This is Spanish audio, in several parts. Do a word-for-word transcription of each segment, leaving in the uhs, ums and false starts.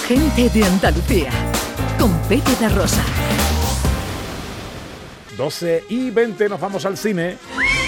Gente de Andalucía, con Pepe da Rosa. doce y veinte, nos vamos al cine.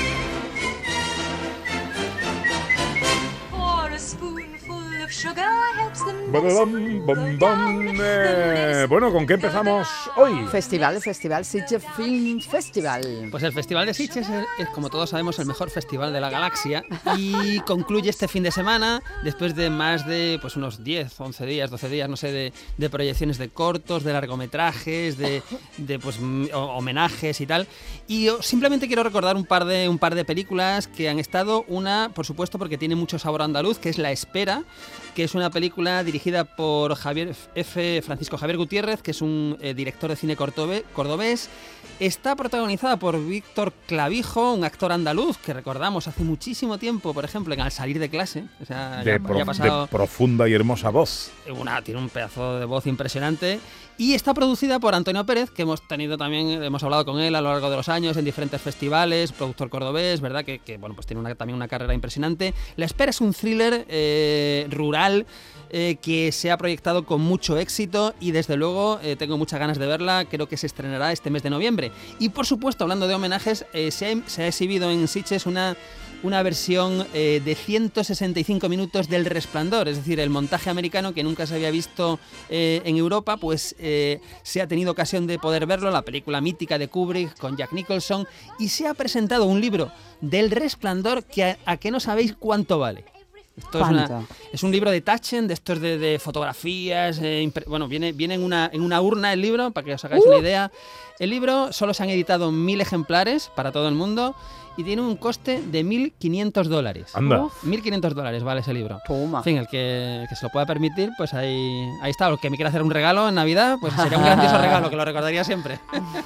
Bam, bam, bam. Eh, bueno, ¿con qué empezamos hoy? Festival, Festival Sitges Film Festival. Pues el Festival de Sitges es, es, como todos sabemos, el mejor festival de la galaxia y concluye este fin de semana después de más de pues unos diez, once días, doce días, no sé, de, de proyecciones de cortos, de largometrajes, de, de pues homenajes y tal. Y yo simplemente quiero recordar un par de un par de películas que han estado. Una, por supuesto, porque tiene mucho sabor andaluz, que es La Espera, que es una película dirigida por Javier F. Francisco Javier Gutiérrez, que es un eh, director de cine cordobés. Está protagonizada por Víctor Clavijo, un actor andaluz que recordamos hace muchísimo tiempo, por ejemplo, en Al salir de clase. O sea, de, ya, prof, ya ha pasado, de profunda y hermosa voz. Una, tiene un pedazo de voz impresionante. Y está producida por Antonio Pérez, que hemos tenido también, hemos hablado con él a lo largo de los años en diferentes festivales, productor cordobés, ¿verdad? Que, que bueno, pues tiene una, también una carrera impresionante. La Espera es un thriller eh, rural eh, que se ha proyectado con mucho éxito y desde luego eh, tengo muchas ganas de verla. Creo que se estrenará este mes de noviembre. Y por supuesto, hablando de homenajes, eh, se, ha, se ha exhibido en Sitges una... una versión eh, de ciento sesenta y cinco minutos del Resplandor, es decir, el montaje americano que nunca se había visto eh, en Europa, pues eh, se ha tenido ocasión de poder verlo, la película mítica de Kubrick con Jack Nicholson, y se ha presentado un libro del Resplandor que a, a que no sabéis cuánto vale. Esto es, una, es un libro de Taschen, de estos de, de fotografías, eh, impre, bueno, viene, viene en, una, en una urna el libro, para que os hagáis uh. una idea. El libro solo se han editado mil ejemplares para todo el mundo y tiene un coste de mil quinientos dólares. Anda. mil quinientos dólares vale ese libro. Toma. En fin, el que, que se lo pueda permitir, pues ahí, ahí está. El que me quiera hacer un regalo en Navidad, pues sería un grandioso regalo, que lo recordaría siempre.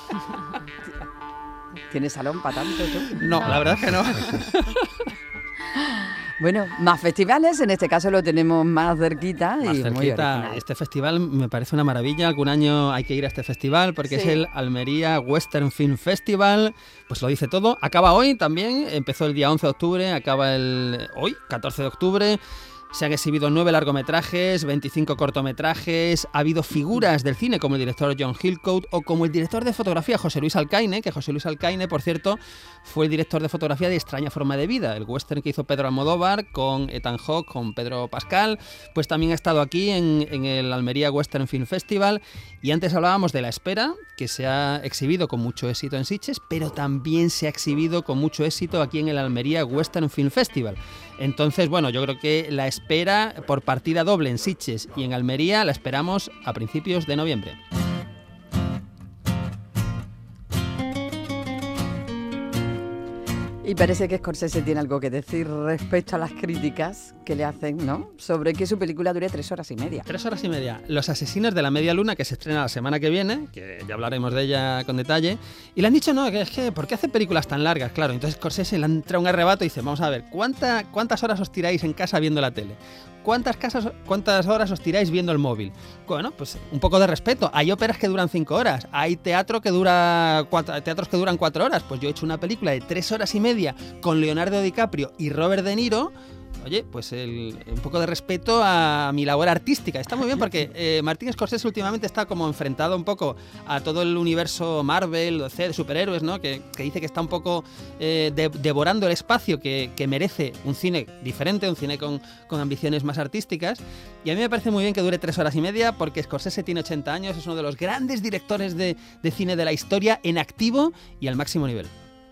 ¿Tienes salón para tanto tú? No, la verdad es que no. Bueno, más festivales, en este caso lo tenemos más cerquita. Más y cerquita. Muy original. Este festival me parece una maravilla. Algún año hay que ir a este festival porque sí. Es el Almería Western Film Festival. Pues lo dice todo. Acaba hoy también. Empezó el día once de octubre, acaba el hoy, catorce de octubre. Se han exhibido nueve largometrajes, veinticinco cortometrajes, ha habido figuras del cine como el director John Hillcoat o como el director de fotografía José Luis Alcaine, que José Luis Alcaine, por cierto, fue el director de fotografía de Extraña forma de vida, el western que hizo Pedro Almodóvar con Ethan Hawke, con Pedro Pascal, pues también ha estado aquí en, en el Almería Western Film Festival. Y antes hablábamos de La Espera, que se ha exhibido con mucho éxito en Sitges, pero también se ha exhibido con mucho éxito aquí en el Almería Western Film Festival. Entonces, bueno, yo creo que La Espera por partida doble en Sitges y en Almería la esperamos a principios de noviembre. Y parece que Scorsese tiene algo que decir respecto a las críticas que le hacen, ¿no? Sobre que su película dure tres horas y media. Tres horas y media. Los asesinos de la media luna, que se estrena la semana que viene, que ya hablaremos de ella con detalle, y le han dicho, no, que es que, ¿por qué hace películas tan largas? Claro, entonces Scorsese le han traído un arrebato y dice, vamos a ver, ¿cuánta, ¿cuántas horas os tiráis en casa viendo la tele? ¿Cuántas, casas, ¿Cuántas horas os tiráis viendo el móvil? Bueno, pues un poco de respeto. Hay óperas que duran cinco horas, hay teatro que dura cuatro, teatros que duran cuatro horas. Pues yo he hecho una película de tres horas y media con Leonardo DiCaprio y Robert De Niro. Oye, pues el, un poco de respeto a mi labor artística. Está muy bien porque eh, Martin Scorsese últimamente está como enfrentado un poco a todo el universo Marvel, o sea, de superhéroes, ¿no? Que, que dice que está un poco eh, de, devorando el espacio que, que merece un cine diferente, un cine con, con ambiciones más artísticas. Y a mí me parece muy bien que dure tres horas y media porque Scorsese tiene ochenta años, es uno de los grandes directores de, de cine de la historia en activo y al máximo nivel.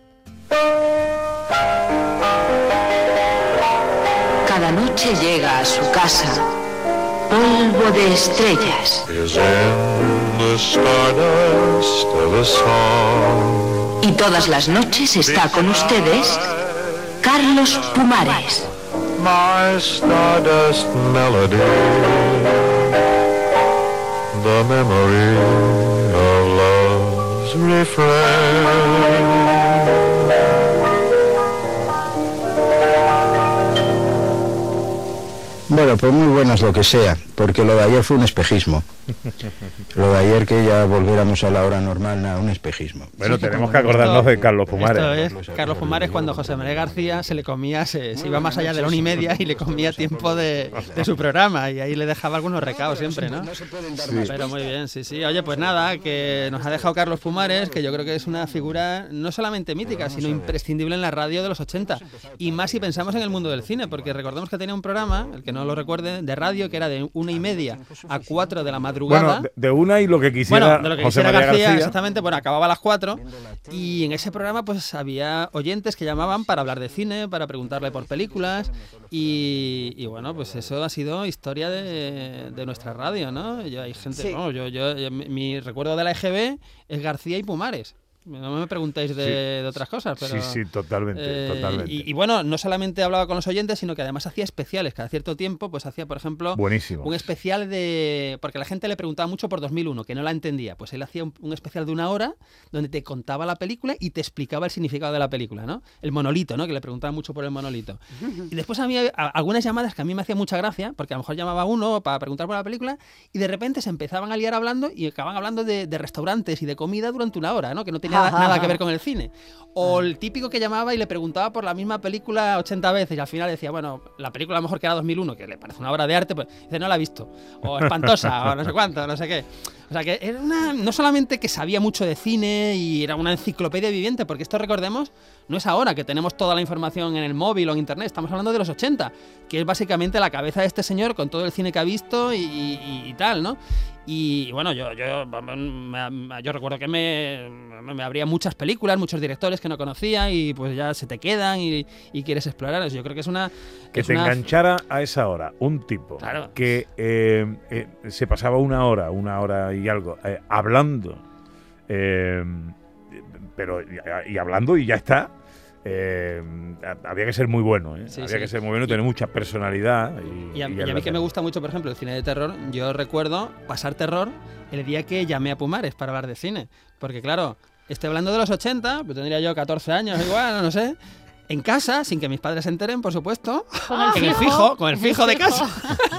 Cada noche llega a su casa polvo de estrellas. Y todas las noches está con ustedes Carlos Pumares. My stardust melody, the memory of love's refrain. Bueno, pues muy buenas lo que sea, porque lo de ayer fue un espejismo. Lo de ayer que ya volviéramos a la hora normal, nada, un espejismo. Bueno, Sí, tenemos como que acordarnos esto- de Carlos Pumares. Esto es Carlos Pumares cuando José María García se le comía, se, se iba más allá de la una y media y le comía tiempo de, de su programa y ahí le dejaba algunos recados siempre, ¿no? Pero muy bien, sí, sí. Oye, pues nada, que nos ha dejado Carlos Pumares, que yo creo que es una figura no solamente mítica, sino imprescindible en la radio de los ochenta. Y más si pensamos en el mundo del cine, porque recordemos que tenía un programa, el que no lo recuerde, de radio, que era de una y media a cuatro de la madrugada. Bueno, de, de una y lo que quisiera, Bueno, de lo que José quisiera María García, García. exactamente, bueno, acababa a las cuatro y en ese programa pues había oyentes que llamaban para hablar de cine, para preguntarle por películas y, y bueno, pues eso ha sido historia de, de nuestra radio, ¿no? Yo, hay gente, Sí. no, yo, yo, yo- mi, mi recuerdo de la E G B es García y Pumares. No me preguntéis de, Sí. de otras cosas, pero... Sí, sí, totalmente, Eh, totalmente. Y, y bueno, no solamente hablaba con los oyentes, sino que además hacía especiales. Cada cierto tiempo, pues hacía, por ejemplo, Buenísimo. un especial de... Porque la gente le preguntaba mucho por dos mil uno, que no la entendía. Pues él hacía un, un especial de una hora donde te contaba la película y te explicaba el significado de la película, ¿no? El monolito, ¿no? Que le preguntaban mucho por el monolito. Y después había a- algunas llamadas que a mí me hacían mucha gracia, porque a lo mejor llamaba uno para preguntar por la película y de repente se empezaban a liar hablando y acababan hablando de, de restaurantes y de comida durante una hora, ¿no? Que no tenía Ajá, nada ajá. que ver con el cine. O el típico que llamaba y le preguntaba por la misma película ochenta veces y al final decía, bueno, la película a lo mejor que era dos mil uno, que le parece una obra de arte, pues dice, no la ha visto. O espantosa, o no sé cuánto, no sé qué. O sea, que era una, no solamente que sabía mucho de cine y era una enciclopedia viviente, porque esto, recordemos, no es ahora que tenemos toda la información en el móvil o en internet, estamos hablando de los ochenta, que es básicamente la cabeza de este señor con todo el cine que ha visto y, y- y tal, ¿no? Y bueno, yo, yo, me- yo recuerdo que me, me abría muchas películas, muchos directores que no conocía y pues ya se te quedan y, y quieres explorarlos. Yo creo que es una... Que es te una- enganchara a esa hora un tipo Claro. que eh, eh, se pasaba una hora, una hora y algo, eh, hablando, eh, pero y, y hablando y ya está. Eh, había que ser muy bueno, ¿eh? Sí, había sí. que ser muy bueno, tener mucha personalidad. Y, Y a, y y a mí que me gusta mucho, por ejemplo, el cine de terror, yo recuerdo pasar terror el día que llamé a Pumares para hablar de cine. Porque claro, estoy hablando de los ochenta, pues tendría yo catorce años igual, no sé. En casa, sin que mis padres se enteren, por supuesto. Con el en el fijo. fijo, con el En fijo el de fijo. casa.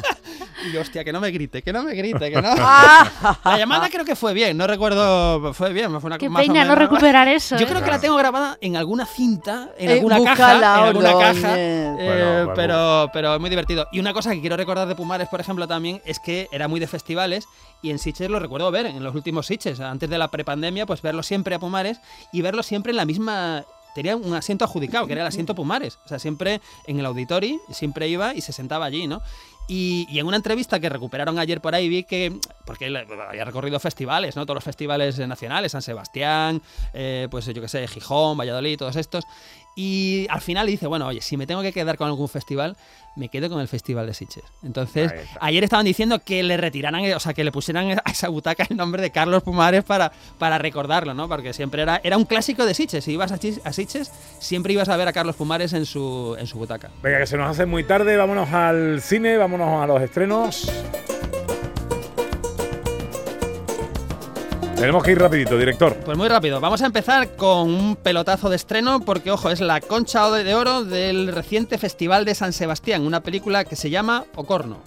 Y yo, hostia, que no me grite, que no me grite, que no. Ah. La llamada creo que fue bien, no recuerdo, fue bien, fue una Qué más o peña no menos- recuperar eso. Yo ¿eh? creo que la tengo grabada en alguna cinta, en Eh, alguna búscala, caja, en alguna Ordóñez. caja. eh, Bueno, bueno. pero, pero es muy divertido. Y una cosa que quiero recordar de Pumares, por ejemplo, también es que era muy de festivales y en Sitges lo recuerdo ver, en los últimos Sitges, antes de la prepandemia, pues verlo siempre a Pumares y verlo siempre en la misma... Tenía un asiento adjudicado, que era el asiento Pumares. O sea, siempre en el auditori, siempre iba y se sentaba allí, ¿no? Y, y en una entrevista que recuperaron ayer por ahí vi que, porque él había recorrido festivales, ¿no? Todos los festivales nacionales, San Sebastián, eh, pues yo qué sé, Gijón, Valladolid, todos estos. Y al final dice, bueno, oye, si me tengo que quedar con algún festival, me quedo con el Festival de Sitges. Entonces, Ahí está. ayer estaban diciendo que le retiraran, o sea, que le pusieran a esa butaca el nombre de Carlos Pumares para, para recordarlo, ¿no? Porque siempre era, era un clásico de Sitges. Si ibas a, Chis- a Sitges, siempre ibas a ver a Carlos Pumares en su, en su butaca. Venga, que se nos hace muy tarde, vámonos al cine, vámonos a los estrenos. Tenemos que ir rapidito, director. Pues muy rápido, vamos a empezar con un pelotazo de estreno porque, ojo, es la Concha de Oro del reciente Festival de San Sebastián, una película que se llama Ocorno.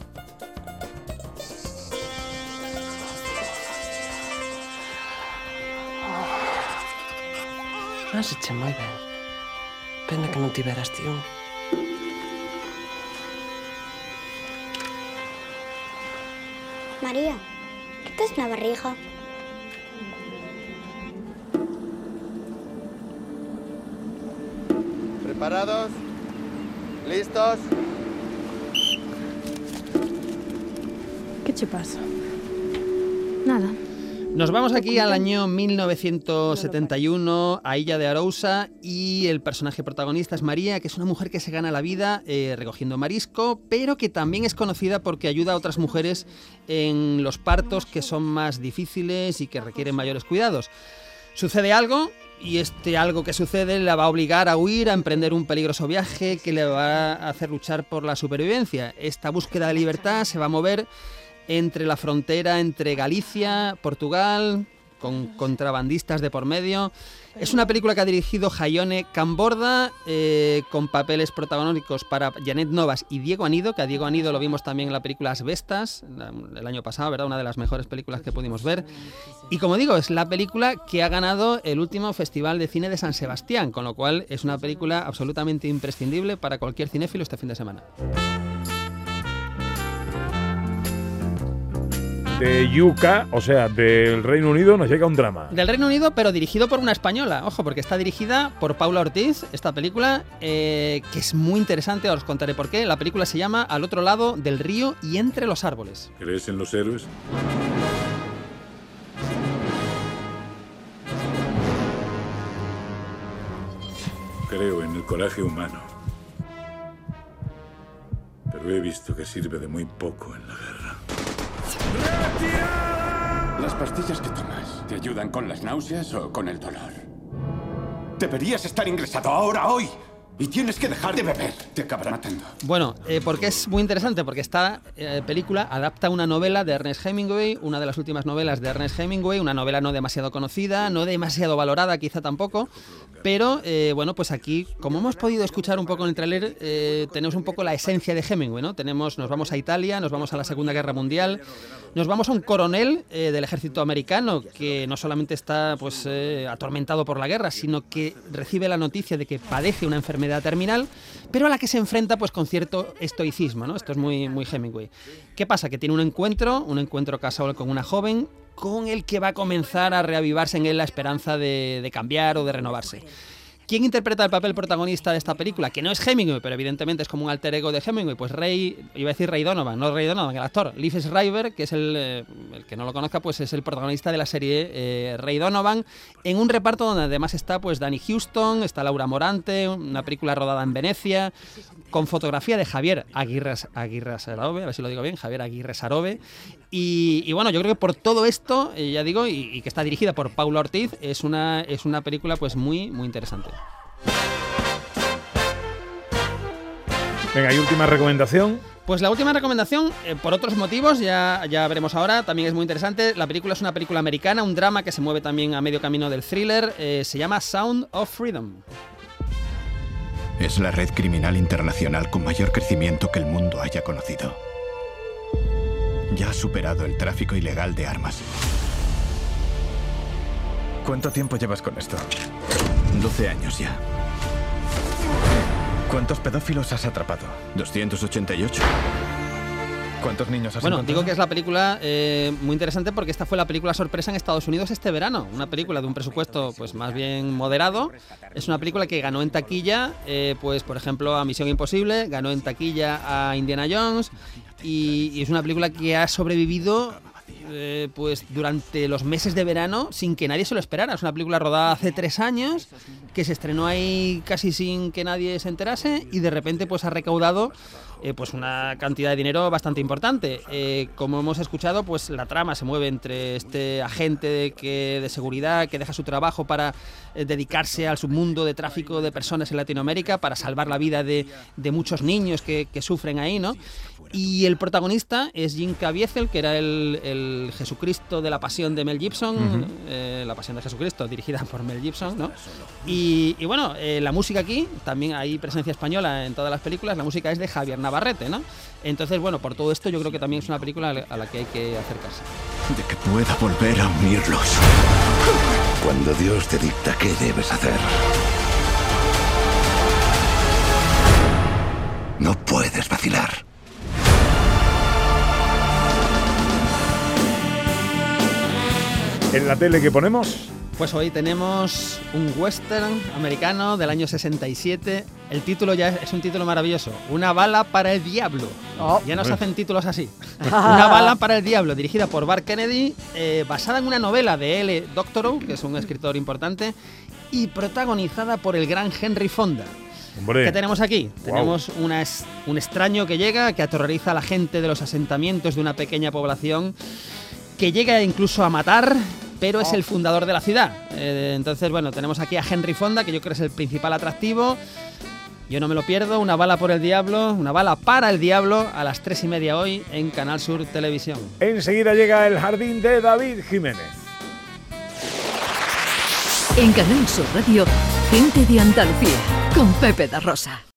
Fáseche moi ben. Pena que non tiveras ti un. María, ¿qué te es la barriga? ¿Preparados? ¿Listos? ¿Qué te pasa? Nada. Nos vamos aquí al año mil novecientos setenta y uno, a Illa de Arousa, y el personaje protagonista es María, que es una mujer que se gana la vida eh, recogiendo marisco, pero que también es conocida porque ayuda a otras mujeres en los partos que son más difíciles y que requieren mayores cuidados. Sucede algo, y este algo que sucede la va a obligar a huir, a emprender un peligroso viaje que le va a hacer luchar por la supervivencia. Esta búsqueda de libertad se va a mover entre la frontera entre Galicia, Portugal, con contrabandistas de por medio. Es una película que ha dirigido Hayone Camborda, eh, con papeles protagónicos para Janet Novas y Diego Anido, que a Diego Anido lo vimos también en la película Asbestas, el año pasado, ¿verdad? Una de las mejores películas que pudimos ver. Y como digo, es la película que ha ganado el último Festival de Cine de San Sebastián, con lo cual es una película absolutamente imprescindible para cualquier cinéfilo este fin de semana. De U K, o sea, del Reino Unido, nos llega un drama. Del Reino Unido, pero dirigido por una española. Ojo, porque está dirigida por Paula Ortiz, esta película, eh, que es muy interesante, os contaré por qué. La película se llama Al otro lado del río y entre los árboles. ¿Crees en los héroes? Creo en el coraje humano. Pero he visto que sirve de muy poco en la guerra. ¡Retirada! Las pastillas que tomas, ¿te ayudan con las náuseas o con el dolor? Deberías estar ingresado ahora, hoy. Y tienes que dejar de beber. Te acabará matando. Bueno, eh, porque es muy interesante, porque esta eh, película adapta una novela de Ernest Hemingway, una de las últimas novelas de Ernest Hemingway, una novela no demasiado conocida, no demasiado valorada quizá tampoco, pero eh, bueno, pues aquí, como hemos podido escuchar un poco en el tráiler, eh, tenemos un poco la esencia de Hemingway, ¿no? Tenemos, nos vamos a Italia, nos vamos a la Segunda Guerra Mundial, nos vamos a un coronel eh, del ejército americano que no solamente está pues eh, atormentado por la guerra, sino que recibe la noticia de que padece una enfermedad terminal, pero a la que se enfrenta pues con cierto estoicismo, ¿no? Esto es muy, muy Hemingway. ¿Qué pasa? Que tiene un encuentro, un encuentro casual con una joven, con el que va a comenzar a reavivarse en él la esperanza de, de cambiar o de renovarse. ¿Quién interpreta el papel protagonista de esta película? Que no es Hemingway, pero evidentemente es como un alter ego de Hemingway. Pues Ray, iba a decir Ray Donovan, no Ray Donovan, el actor. Liv Schreiber, que es el, eh, el que no lo conozca, pues es el protagonista de la serie eh, Ray Donovan, en un reparto donde además está pues Danny Huston, está Laura Morante, una película rodada en Venecia, con fotografía de Javier Aguirre, Aguirre Sarobe, a ver si lo digo bien, Javier Aguirre Sarobe. Y, y bueno, yo creo que por todo esto, eh, ya digo, y, y que está dirigida por Paula Ortiz, es una, es una película pues muy, muy interesante. Venga, ¿y última recomendación? Pues la última recomendación, eh, por otros motivos, ya, ya veremos ahora, también es muy interesante. La película es una película americana, un drama que se mueve también a medio camino del thriller, eh, se llama Sound of Freedom. Es la red criminal internacional con mayor crecimiento que el mundo haya conocido. Ya ha superado el tráfico ilegal de armas. ¿Cuánto tiempo llevas con esto? doce años ya. ¿Cuántos pedófilos has atrapado? doscientos ochenta y ocho. ¿Cuántos niños has Bueno, encontrado? digo que es la película eh, muy interesante porque esta fue la película sorpresa en Estados Unidos este verano. Una película de un presupuesto pues más bien moderado. Es una película que ganó en taquilla, eh, pues por ejemplo a Misión Imposible, ganó en taquilla a Indiana Jones y, y es una película que ha sobrevivido eh, pues durante los meses de verano sin que nadie se lo esperara. Es una película rodada hace tres años que se estrenó ahí casi sin que nadie se enterase y de repente pues ha recaudado Eh, pues una cantidad de dinero bastante importante. Eh, como hemos escuchado, pues la trama se mueve entre este agente de, que, de seguridad que deja su trabajo para eh, dedicarse al submundo de tráfico de personas en Latinoamérica para salvar la vida de, de muchos niños que, que sufren ahí, ¿no? Y el protagonista es Jim Caviezel, que era el, el Jesucristo de la Pasión de Mel Gibson, uh-huh. eh, la Pasión de Jesucristo, dirigida por Mel Gibson, ¿no? Y, y bueno, eh, la música aquí, también hay presencia española en todas las películas, la música es de Javier Navarrete, ¿no? Entonces, bueno, por todo esto yo creo que también es una película a la que hay que acercarse. De que pueda volver a unirlos. Cuando Dios te dicta qué debes hacer, no puedes vacilar. ¿En la tele que ponemos? Pues hoy tenemos un western americano del año sesenta y siete. El título ya es, es un título maravilloso. Una bala para el diablo. Oh. Ya nos hacen títulos así. Una bala para el diablo, dirigida por Bart Kennedy, eh, basada en una novela de L. Doctorow, que es un escritor importante, y protagonizada por el gran Henry Fonda. Hombre. ¿Qué tenemos aquí? Wow. Tenemos una, un extraño que llega, que aterroriza a la gente de los asentamientos de una pequeña población, que llega incluso a matar, pero oh. es el fundador de la ciudad. Eh, entonces, bueno, tenemos aquí a Henry Fonda, que yo creo que es el principal atractivo. Yo no me lo pierdo, Una bala por el diablo, una bala para el diablo, a las tres y media hoy en Canal Sur Televisión. Enseguida llega El jardín de David Jiménez. En Canal Sur Radio, Gente de Andalucía, con Pepe da Rosa.